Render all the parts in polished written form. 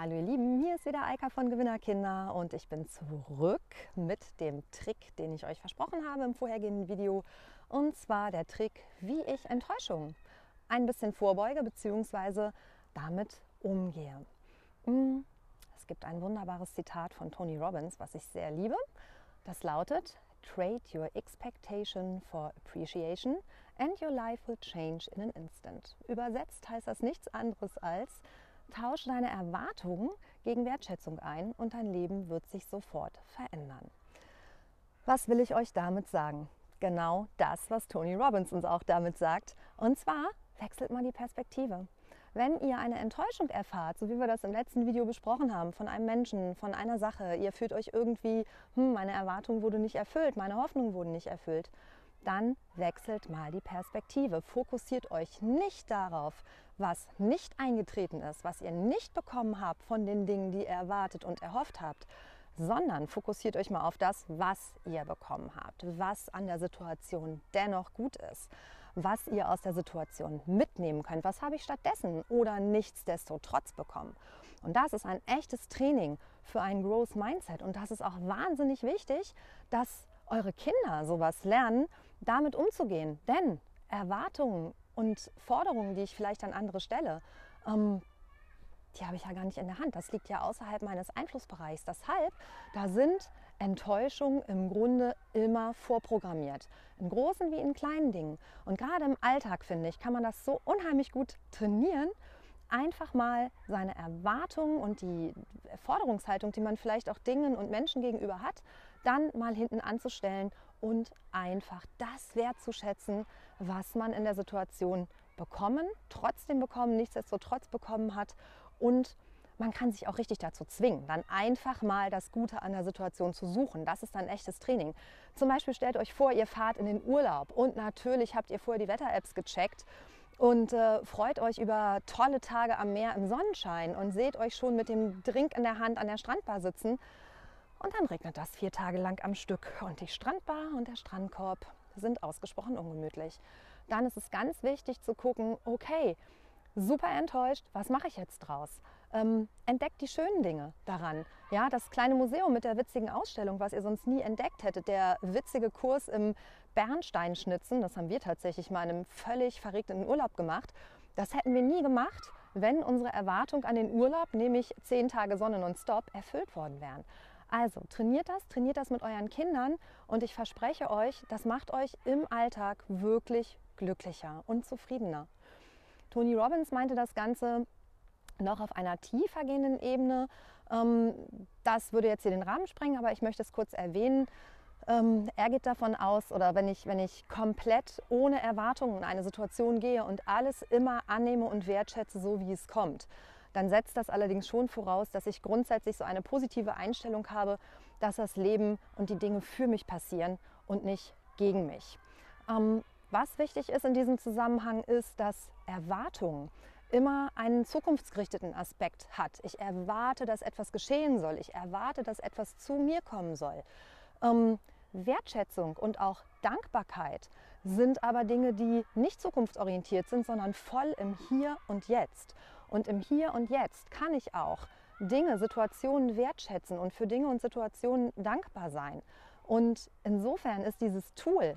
Hallo ihr Lieben, hier ist wieder Eika von Gewinnerkinder und ich bin zurück mit dem Trick, den ich euch versprochen habe im vorhergehenden Video. Und zwar der Trick, wie ich Enttäuschung ein bisschen vorbeuge bzw. damit umgehe. Es gibt ein wunderbares Zitat von Tony Robbins, was ich sehr liebe. Das lautet: Trade your expectation for appreciation and your life will change in an instant. Übersetzt heißt das nichts anderes als: Tausche deine Erwartungen gegen Wertschätzung ein und dein Leben wird sich sofort verändern. Was will ich euch damit sagen? Genau das, was Tony Robbins uns auch damit sagt. Und zwar, wechselt mal die Perspektive. Wenn ihr eine Enttäuschung erfahrt, so wie wir das im letzten Video besprochen haben, von einem Menschen, von einer Sache, ihr fühlt euch irgendwie, meine Erwartung wurde nicht erfüllt, meine Hoffnung wurde nicht erfüllt, dann wechselt mal die Perspektive. Fokussiert euch nicht darauf, was nicht eingetreten ist, was ihr nicht bekommen habt von den Dingen, die ihr erwartet und erhofft habt, sondern fokussiert euch mal auf das, was ihr bekommen habt, was an der Situation dennoch gut ist, was ihr aus der Situation mitnehmen könnt, was habe ich stattdessen oder nichtsdestotrotz bekommen. Und das ist ein echtes Training für ein Growth Mindset und das ist auch wahnsinnig wichtig, dass eure Kinder sowas lernen, damit umzugehen. Denn Erwartungen und Forderungen, die ich vielleicht an andere stelle, die habe ich ja gar nicht in der Hand. Das liegt ja außerhalb meines Einflussbereichs. Deshalb, da sind Enttäuschungen im Grunde immer vorprogrammiert. In großen wie in kleinen Dingen. Und gerade im Alltag, finde ich, kann man das so unheimlich gut trainieren, einfach mal seine Erwartungen und die Forderungshaltung, die man vielleicht auch Dingen und Menschen gegenüber hat, dann mal hinten anzustellen und einfach das wertzuschätzen, was man in der Situation trotzdem bekommen, nichtsdestotrotz bekommen hat. Und man kann sich auch richtig dazu zwingen, dann einfach mal das Gute an der Situation zu suchen. Das ist dann echtes Training. Zum Beispiel stellt euch vor, ihr fahrt in den Urlaub und natürlich habt ihr vorher die Wetter-Apps gecheckt und freut euch über tolle Tage am Meer im Sonnenschein und seht euch schon mit dem Drink in der Hand an der Strandbar sitzen. Und dann regnet das 4 Tage lang am Stück und die Strandbar und der Strandkorb sind ausgesprochen ungemütlich. Dann ist es ganz wichtig zu gucken, okay, super enttäuscht, was mache ich jetzt draus? Entdeckt die schönen Dinge daran. Ja, das kleine Museum mit der witzigen Ausstellung, was ihr sonst nie entdeckt hättet, der witzige Kurs im Bernsteinschnitzen, das haben wir tatsächlich mal in einem völlig verregneten Urlaub gemacht. Das hätten wir nie gemacht, wenn unsere Erwartung an den Urlaub, nämlich 10 Tage Sonne nonstop, erfüllt worden wären. Also trainiert das mit euren Kindern und ich verspreche euch, das macht euch im Alltag wirklich glücklicher und zufriedener. Tony Robbins meinte das Ganze noch auf einer tiefer gehenden Ebene. Das würde jetzt hier den Rahmen sprengen, aber ich möchte es kurz erwähnen. Er geht davon aus, oder wenn ich komplett ohne Erwartungen in eine Situation gehe und alles immer annehme und wertschätze, so wie es kommt, dann setzt das allerdings schon voraus, dass ich grundsätzlich so eine positive Einstellung habe, dass das Leben und die Dinge für mich passieren und nicht gegen mich. Was wichtig ist in diesem Zusammenhang ist, dass Erwartung immer einen zukunftsgerichteten Aspekt hat. Ich erwarte, dass etwas geschehen soll. Ich erwarte, dass etwas zu mir kommen soll. Wertschätzung und auch Dankbarkeit sind aber Dinge, die nicht zukunftsorientiert sind, sondern voll im Hier und Jetzt. Und im Hier und Jetzt kann ich auch Dinge, Situationen wertschätzen und für Dinge und Situationen dankbar sein. Und insofern ist dieses Tool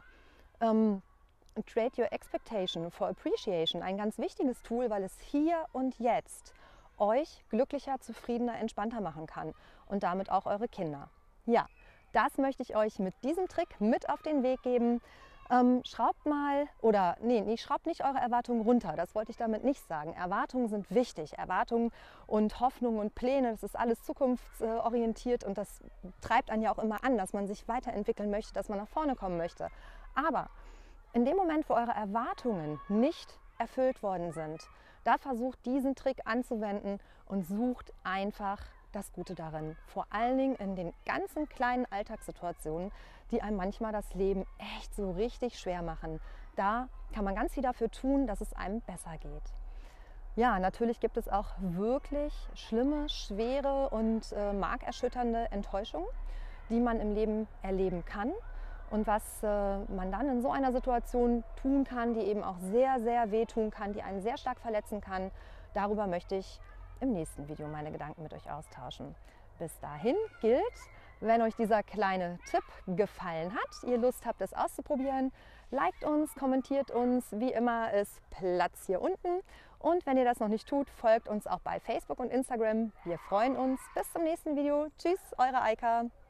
Trade Your Expectation for Appreciation ein ganz wichtiges Tool, weil es hier und jetzt euch glücklicher, zufriedener, entspannter machen kann und damit auch eure Kinder. Ja, das möchte ich euch mit diesem Trick mit auf den Weg geben. Schraubt nicht eure Erwartungen runter, das wollte ich damit nicht sagen. Erwartungen sind wichtig, Erwartungen und Hoffnungen und Pläne, das ist alles zukunftsorientiert und das treibt einen ja auch immer an, dass man sich weiterentwickeln möchte, dass man nach vorne kommen möchte. Aber in dem Moment, wo eure Erwartungen nicht erfüllt worden sind, da versucht diesen Trick anzuwenden und sucht einfach das Gute darin. Vor allen Dingen in den ganzen kleinen Alltagssituationen, die einem manchmal das Leben echt so richtig schwer machen. Da kann man ganz viel dafür tun, dass es einem besser geht. Ja, natürlich gibt es auch wirklich schlimme, schwere und markerschütternde Enttäuschungen, die man im Leben erleben kann. Und was man dann in so einer Situation tun kann, die eben auch sehr, sehr wehtun kann, die einen sehr stark verletzen kann, darüber möchte ich im nächsten Video meine Gedanken mit euch austauschen. Bis dahin gilt, wenn euch dieser kleine Tipp gefallen hat, ihr Lust habt, es auszuprobieren, liked uns, kommentiert uns, wie immer ist Platz hier unten. Und wenn ihr das noch nicht tut, folgt uns auch bei Facebook und Instagram. Wir freuen uns. Bis zum nächsten Video. Tschüss, eure Eika.